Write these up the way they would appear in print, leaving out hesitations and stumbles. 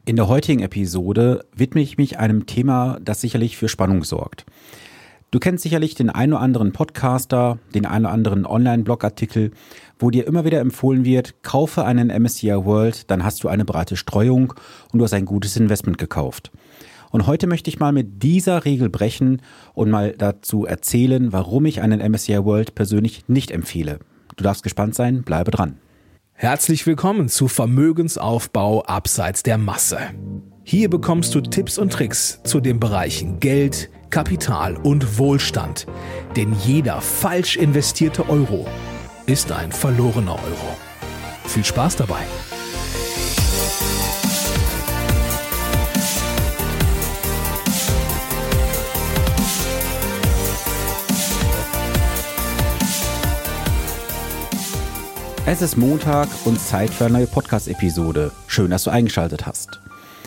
In der heutigen Episode widme ich mich einem Thema, das sicherlich für Spannung sorgt. Du kennst sicherlich den einen oder anderen Podcaster, den einen oder anderen Online-Blogartikel, wo dir immer wieder empfohlen wird, kaufe einen MSCI World, dann hast du eine breite Streuung und du hast ein gutes Investment gekauft. Und heute möchte ich mal mit dieser Regel brechen und mal dazu erzählen, warum ich einen MSCI World persönlich nicht empfehle. Du darfst gespannt sein, bleibe dran. Herzlich willkommen zu Vermögensaufbau abseits der Masse. Hier bekommst du Tipps und Tricks zu den Bereichen Geld, Kapital und Wohlstand. Denn jeder falsch investierte Euro ist ein verlorener Euro. Viel Spaß dabei! Es ist Montag und Zeit für eine neue Podcast-Episode. Schön, dass du eingeschaltet hast.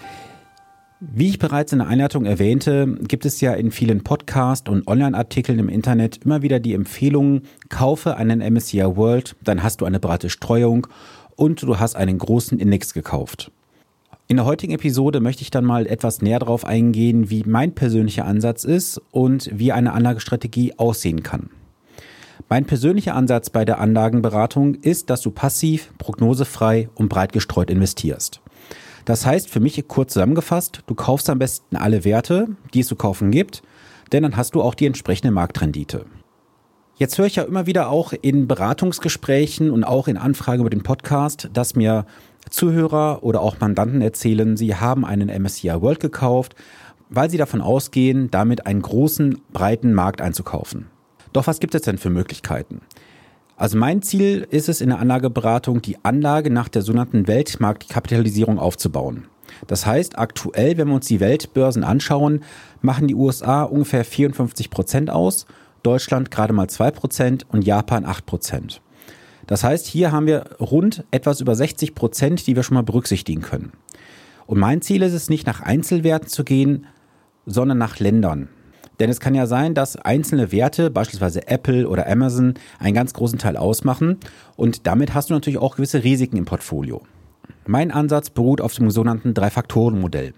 Wie ich bereits in der Einleitung erwähnte, gibt es ja in vielen Podcast- und Online-Artikeln im Internet immer wieder die Empfehlung, kaufe einen MSCI World, dann hast du eine breite Streuung und du hast einen großen Index gekauft. In der heutigen Episode möchte ich dann mal etwas näher darauf eingehen, wie mein persönlicher Ansatz ist und wie eine Anlagestrategie aussehen kann. Mein persönlicher Ansatz bei der Anlagenberatung ist, dass du passiv, prognosefrei und breit gestreut investierst. Das heißt für mich kurz zusammengefasst, du kaufst am besten alle Werte, die es zu kaufen gibt, denn dann hast du auch die entsprechende Marktrendite. Jetzt höre ich ja immer wieder auch in Beratungsgesprächen und auch in Anfragen über den Podcast, dass mir Zuhörer oder auch Mandanten erzählen, sie haben einen MSCI World gekauft, weil sie davon ausgehen, damit einen großen, breiten Markt einzukaufen. Doch was gibt es denn für Möglichkeiten? Also mein Ziel ist es in der Anlageberatung, die Anlage nach der sogenannten Weltmarktkapitalisierung aufzubauen. Das heißt, aktuell, wenn wir uns die Weltbörsen anschauen, machen die USA ungefähr 54% aus, Deutschland gerade mal 2% und Japan 8%. Das heißt, hier haben wir rund etwas über 60%, die wir schon mal berücksichtigen können. Und mein Ziel ist es, nicht nach Einzelwerten zu gehen, sondern nach Ländern. Denn es kann ja sein, dass einzelne Werte, beispielsweise Apple oder Amazon, einen ganz großen Teil ausmachen und damit hast du natürlich auch gewisse Risiken im Portfolio. Mein Ansatz beruht auf dem sogenannten Drei-Faktoren-Modell.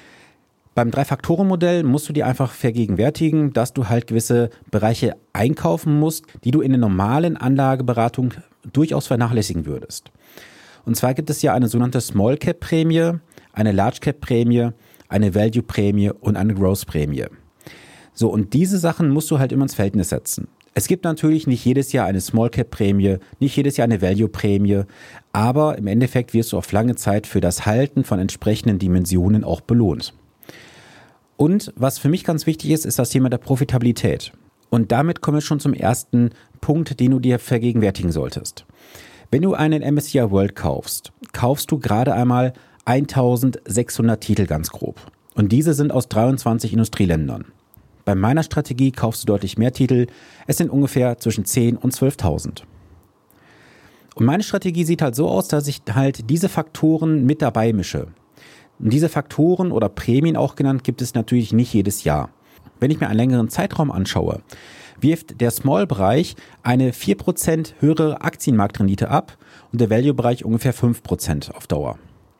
Beim Drei-Faktoren-Modell musst du dir einfach vergegenwärtigen, dass du halt gewisse Bereiche einkaufen musst, die du in der normalen Anlageberatung durchaus vernachlässigen würdest. Und zwar gibt es ja eine sogenannte Small-Cap-Prämie, eine Large-Cap-Prämie, eine Value-Prämie und eine Growth-Prämie. So, und diese Sachen musst du halt immer ins Verhältnis setzen. Es gibt natürlich nicht jedes Jahr eine Small-Cap-Prämie, nicht jedes Jahr eine Value-Prämie, aber im Endeffekt wirst du auf lange Zeit für das Halten von entsprechenden Dimensionen auch belohnt. Und was für mich ganz wichtig ist, ist das Thema der Profitabilität. Und damit kommen wir schon zum ersten Punkt, den du dir vergegenwärtigen solltest. Wenn du einen MSCI World kaufst, kaufst du gerade einmal 1600 Titel ganz grob. Und diese sind aus 23 Industrieländern. Bei meiner Strategie kaufst du deutlich mehr Titel. Es sind ungefähr zwischen 10.000 und 12.000. Und meine Strategie sieht halt so aus, dass ich halt diese Faktoren mit dabei mische. Und diese Faktoren oder Prämien auch genannt, gibt es natürlich nicht jedes Jahr. Wenn ich mir einen längeren Zeitraum anschaue, wirft der Small-Bereich eine 4% höhere Aktienmarktrendite ab und der Value-Bereich ungefähr 5% auf Dauer.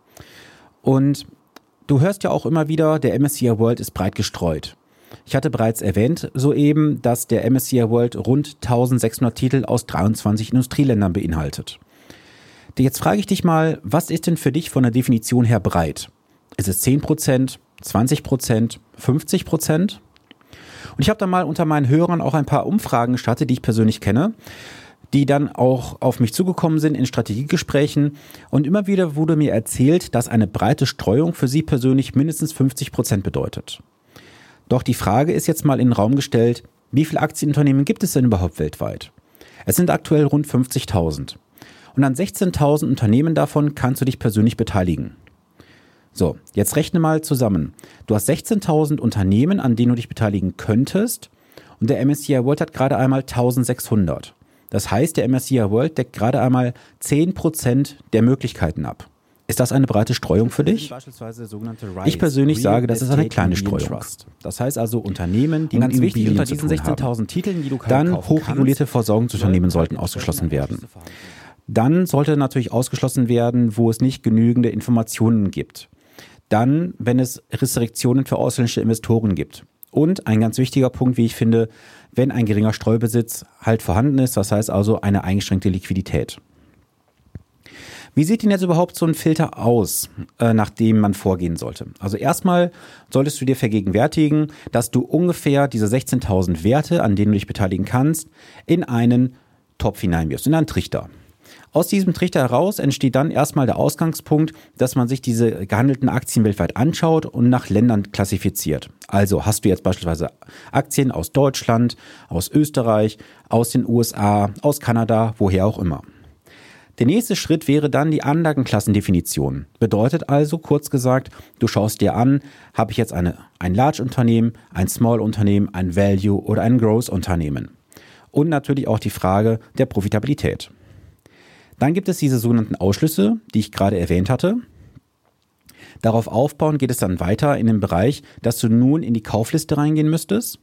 Und du hörst ja auch immer wieder, der MSCI World ist breit gestreut. Ich hatte bereits erwähnt soeben, dass der MSCI World rund 1600 Titel aus 23 Industrieländern beinhaltet. Jetzt frage ich dich mal, was ist denn für dich von der Definition her breit? Ist es 10%, 20%, 50%? Und ich habe da mal unter meinen Hörern auch ein paar Umfragen gestartet, die ich persönlich kenne, die dann auch auf mich zugekommen sind in Strategiegesprächen. Und immer wieder wurde mir erzählt, dass eine breite Streuung für sie persönlich mindestens 50% bedeutet. Doch die Frage ist jetzt mal in den Raum gestellt, wie viele Aktienunternehmen gibt es denn überhaupt weltweit? Es sind aktuell rund 50.000. Und an 16.000 Unternehmen davon kannst du dich persönlich beteiligen. So, jetzt rechne mal zusammen. Du hast 16.000 Unternehmen, an denen du dich beteiligen könntest und der MSCI World hat gerade einmal 1.600. Das heißt, der MSCI World deckt gerade einmal 10% der Möglichkeiten ab. Ist das eine breite Streuung für dich? Ich persönlich sage, das ist eine kleine Streuung. Das heißt also Unternehmen, die ganz wichtig unter diesen 16.000 Titeln, die du dann hochregulierte Versorgungsunternehmen sollten ausgeschlossen werden. Dann sollte natürlich ausgeschlossen werden, wo es nicht genügende Informationen gibt. dann, wenn es Restriktionen für ausländische Investoren gibt. Und ein ganz wichtiger Punkt, wie ich finde, wenn ein geringer Streubesitz halt vorhanden ist, das heißt also eine eingeschränkte Liquidität. Wie sieht denn jetzt überhaupt so ein Filter aus, nach dem man vorgehen sollte? Also erstmal solltest du dir vergegenwärtigen, dass du ungefähr diese 16.000 Werte, an denen du dich beteiligen kannst, in einen Topf hineinwirfst, in einen Trichter. Aus diesem Trichter heraus entsteht dann erstmal der Ausgangspunkt, dass man sich diese gehandelten Aktien weltweit anschaut und nach Ländern klassifiziert. Also hast du jetzt beispielsweise Aktien aus Deutschland, aus Österreich, aus den USA, aus Kanada, woher auch immer. Der nächste Schritt wäre dann die Anlagenklassendefinition. Bedeutet also, kurz gesagt, du schaust dir an, habe ich jetzt ein Large-Unternehmen, ein Small-Unternehmen, ein Value- oder ein Growth-Unternehmen. Und natürlich auch die Frage der Profitabilität. Dann gibt es diese sogenannten Ausschlüsse, die ich gerade erwähnt hatte. Darauf aufbauen geht es dann weiter in den Bereich, dass du nun in die Kaufliste reingehen müsstest.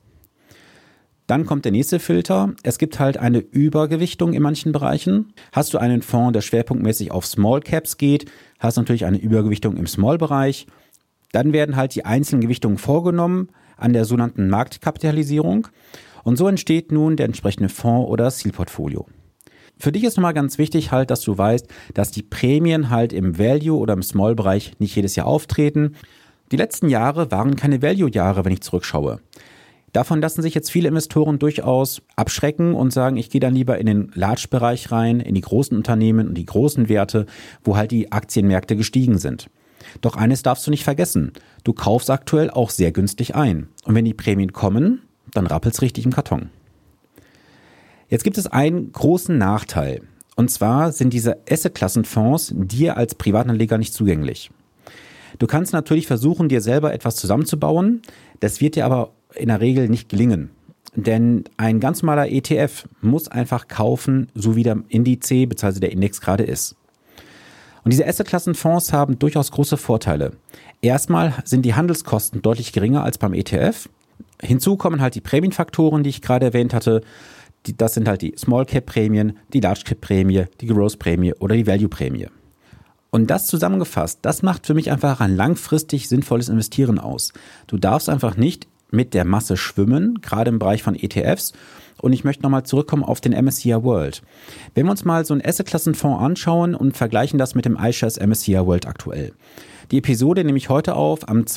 Dann kommt der nächste Filter. Es gibt halt eine Übergewichtung in manchen Bereichen. Hast du einen Fonds, der schwerpunktmäßig auf Small Caps geht, hast du natürlich eine Übergewichtung im Small-Bereich. Dann werden halt die einzelnen Gewichtungen vorgenommen an der sogenannten Marktkapitalisierung. Und so entsteht nun der entsprechende Fonds oder das Zielportfolio. Für dich ist nochmal ganz wichtig halt, dass du weißt, dass die Prämien halt im Value- oder im Small-Bereich nicht jedes Jahr auftreten. Die letzten Jahre waren keine Value-Jahre, wenn ich zurückschaue. Davon lassen sich jetzt viele Investoren durchaus abschrecken und sagen, ich gehe dann lieber in den Large-Bereich rein, in die großen Unternehmen und die großen Werte, wo halt die Aktienmärkte gestiegen sind. Doch eines darfst du nicht vergessen, du kaufst aktuell auch sehr günstig ein. Und wenn die Prämien kommen, dann rappelt's richtig im Karton. Jetzt gibt es einen großen Nachteil. Und zwar sind diese Asset-Klassenfonds dir als Privatanleger nicht zugänglich. Du kannst natürlich versuchen, dir selber etwas zusammenzubauen. Das wird dir aber in der Regel nicht gelingen. Denn ein ganz normaler ETF muss einfach kaufen, so wie der Indiz bzw. der Index gerade ist. Und diese Asset-Klassenfonds haben durchaus große Vorteile. Erstmal sind die Handelskosten deutlich geringer als beim ETF. Hinzu kommen halt die Prämienfaktoren, die ich gerade erwähnt hatte. Das sind halt die Small-Cap-Prämien, die Large-Cap-Prämie, die Growth-Prämie oder die Value-Prämie. Und das zusammengefasst, das macht für mich einfach ein langfristig sinnvolles Investieren aus. Du darfst einfach nicht mit der Masse schwimmen, gerade im Bereich von ETFs. Und ich möchte nochmal zurückkommen auf den MSCI World. Wenn wir uns mal so einen Asset-Klassenfonds anschauen und vergleichen das mit dem iShares MSCI World aktuell. Die Episode nehme ich heute auf am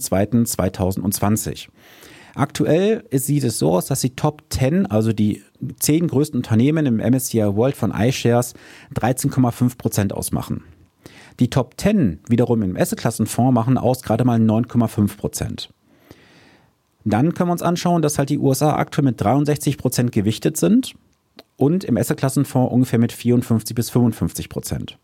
2.2.2020. Aktuell sieht es so aus, dass die Top 10, also die 10 größten Unternehmen im MSCI World von iShares 13,5% ausmachen. Die Top 10 wiederum im Asset-Klassenfonds machen aus gerade mal 9,5%. Dann können wir uns anschauen, dass halt die USA aktuell mit 63% gewichtet sind und im Asset-Klassenfonds ungefähr mit 54-55%.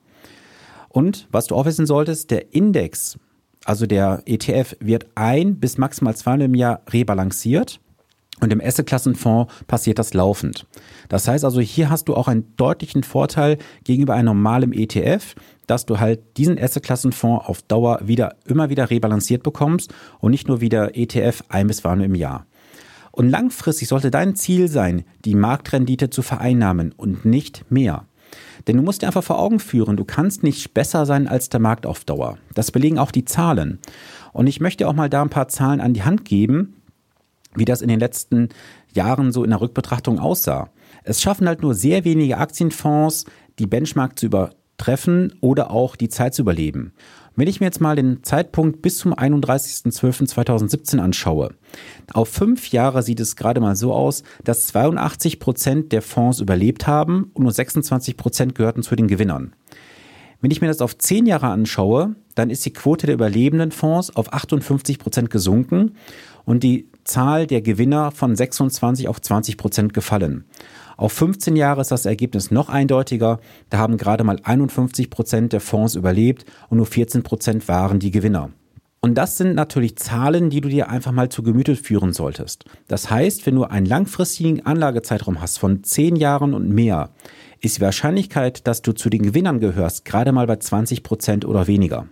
Und was du auch wissen solltest, der Index, also der ETF, wird 1 bis maximal 2 im Jahr rebalanciert und im Asset-Klassenfonds passiert das laufend. Das heißt also, hier hast du auch einen deutlichen Vorteil gegenüber einem normalen ETF, dass du halt diesen Asset-Klassenfonds auf Dauer immer wieder rebalanciert bekommst und nicht nur wieder ETF 1 bis 2 im Jahr. Und langfristig sollte dein Ziel sein, die Marktrendite zu vereinnahmen und nicht mehr. Denn du musst dir einfach vor Augen führen, du kannst nicht besser sein als der Markt auf Dauer. Das belegen auch die Zahlen. Und ich möchte auch mal da ein paar Zahlen an die Hand geben, wie das in den letzten Jahren so in der Rückbetrachtung aussah. Es schaffen halt nur sehr wenige Aktienfonds, die Benchmark zu übertreffen oder auch die Zeit zu überleben. Wenn ich mir jetzt mal den Zeitpunkt bis zum 31.12.2017 anschaue, auf 5 Jahre sieht es gerade mal so aus, dass 82% der Fonds überlebt haben und nur 26% gehörten zu den Gewinnern. Wenn ich mir das auf 10 Jahre anschaue, dann ist die Quote der überlebenden Fonds auf 58% gesunken und die Zahl der Gewinner von 26 auf 20% gefallen. Auf 15 Jahre ist das Ergebnis noch eindeutiger. Da haben gerade mal 51% der Fonds überlebt und nur 14% waren die Gewinner. Und das sind natürlich Zahlen, die du dir einfach mal zu Gemüte führen solltest. Das heißt, wenn du einen langfristigen Anlagezeitraum hast von 10 Jahren und mehr, ist die Wahrscheinlichkeit, dass du zu den Gewinnern gehörst, gerade mal bei 20% oder weniger.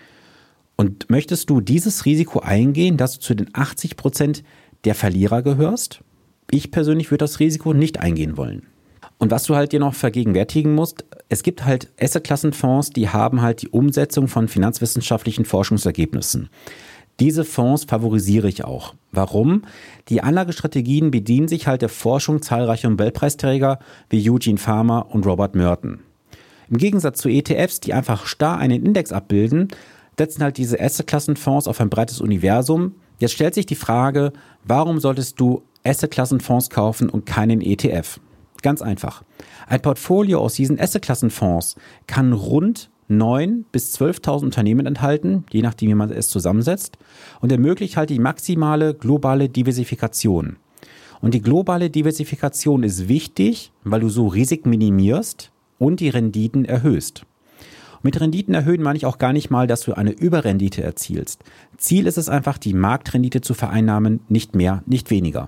Und möchtest du dieses Risiko eingehen, dass du zu den 80% der Verlierer gehörst? Ich persönlich würde das Risiko nicht eingehen wollen. Und was du halt dir noch vergegenwärtigen musst, es gibt halt Assetklassenfonds, die haben halt die Umsetzung von finanzwissenschaftlichen Forschungsergebnissen. Diese Fonds favorisiere ich auch. Warum? Die Anlagestrategien bedienen sich halt der Forschung zahlreicher Nobelpreisträger wie Eugene Fama und Robert Merton. Im Gegensatz zu ETFs, die einfach starr einen Index abbilden, setzen halt diese Assetklassenfonds auf ein breites Universum. Jetzt stellt sich die Frage, warum solltest du Assetklassenfonds kaufen und keinen ETF? Ganz einfach. Ein Portfolio aus diesen Assetklassenfonds kann rund 9.000 bis 12.000 Unternehmen enthalten, je nachdem, wie man es zusammensetzt, und ermöglicht halt die maximale globale Diversifikation. Und die globale Diversifikation ist wichtig, weil du so Risiken minimierst und die Renditen erhöhst. Mit Renditen erhöhen meine ich auch gar nicht mal, dass du eine Überrendite erzielst. Ziel ist es einfach, die Marktrendite zu vereinnahmen, nicht mehr, nicht weniger.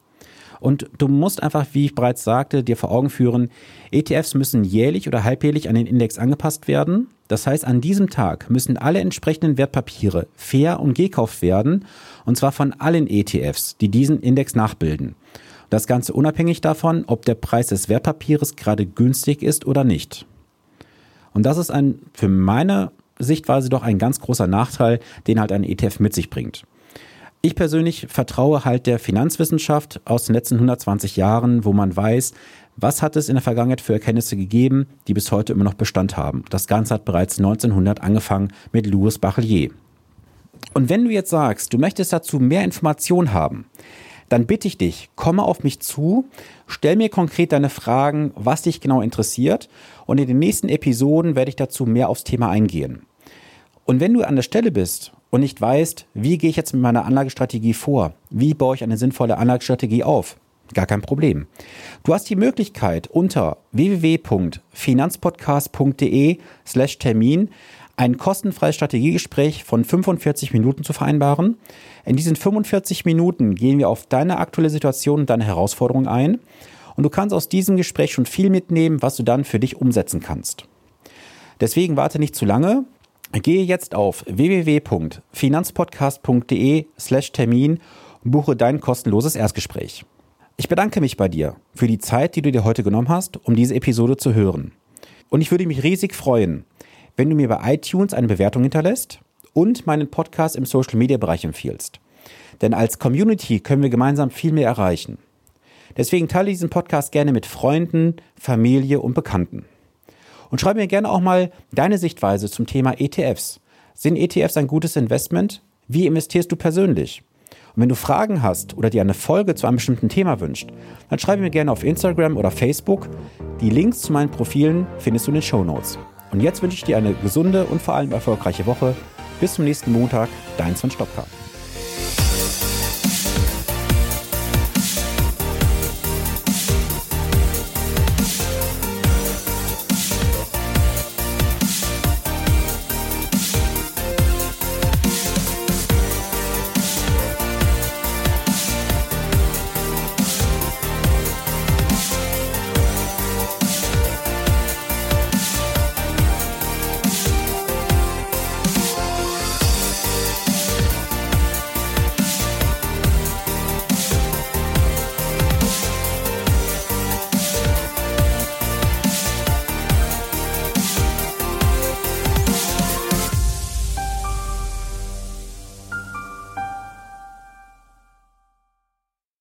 Und du musst einfach, wie ich bereits sagte, dir vor Augen führen, ETFs müssen jährlich oder halbjährlich an den Index angepasst werden. Das heißt, an diesem Tag müssen alle entsprechenden Wertpapiere fair und gekauft werden, und zwar von allen ETFs, die diesen Index nachbilden. Das Ganze unabhängig davon, ob der Preis des Wertpapieres gerade günstig ist oder nicht. Und das ist für meine Sichtweise doch ein ganz großer Nachteil, den halt ein ETF mit sich bringt. Ich persönlich vertraue halt der Finanzwissenschaft aus den letzten 120 Jahren, wo man weiß, was hat es in der Vergangenheit für Erkenntnisse gegeben, die bis heute immer noch Bestand haben. Das Ganze hat bereits 1900 angefangen mit Louis Bachelier. Und wenn du jetzt sagst, du möchtest dazu mehr Informationen haben, dann bitte ich dich, komme auf mich zu, stell mir konkret deine Fragen, was dich genau interessiert, und in den nächsten Episoden werde ich dazu mehr aufs Thema eingehen. Und wenn du an der Stelle bist und nicht weißt, wie gehe ich jetzt mit meiner Anlagestrategie vor, wie baue ich eine sinnvolle Anlagestrategie auf, gar kein Problem. Du hast die Möglichkeit, unter www.finanzpodcast.de/Termin ein kostenfreies Strategiegespräch von 45 Minuten zu vereinbaren. In diesen 45 Minuten gehen wir auf deine aktuelle Situation und deine Herausforderungen ein. Und du kannst aus diesem Gespräch schon viel mitnehmen, was du dann für dich umsetzen kannst. Deswegen warte nicht zu lange. Gehe jetzt auf www.finanzpodcast.de/Termin und buche dein kostenloses Erstgespräch. Ich bedanke mich bei dir für die Zeit, die du dir heute genommen hast, um diese Episode zu hören. Und ich würde mich riesig freuen, wenn du mir bei iTunes eine Bewertung hinterlässt und meinen Podcast im Social-Media-Bereich empfiehlst. Denn als Community können wir gemeinsam viel mehr erreichen. Deswegen teile diesen Podcast gerne mit Freunden, Familie und Bekannten. Und schreib mir gerne auch mal deine Sichtweise zum Thema ETFs. Sind ETFs ein gutes Investment? Wie investierst du persönlich? Und wenn du Fragen hast oder dir eine Folge zu einem bestimmten Thema wünscht, dann schreibe mir gerne auf Instagram oder Facebook. Die Links zu meinen Profilen findest du in den Shownotes. Und jetzt wünsche ich dir eine gesunde und vor allem erfolgreiche Woche. Bis zum nächsten Montag, dein Sven Stopka.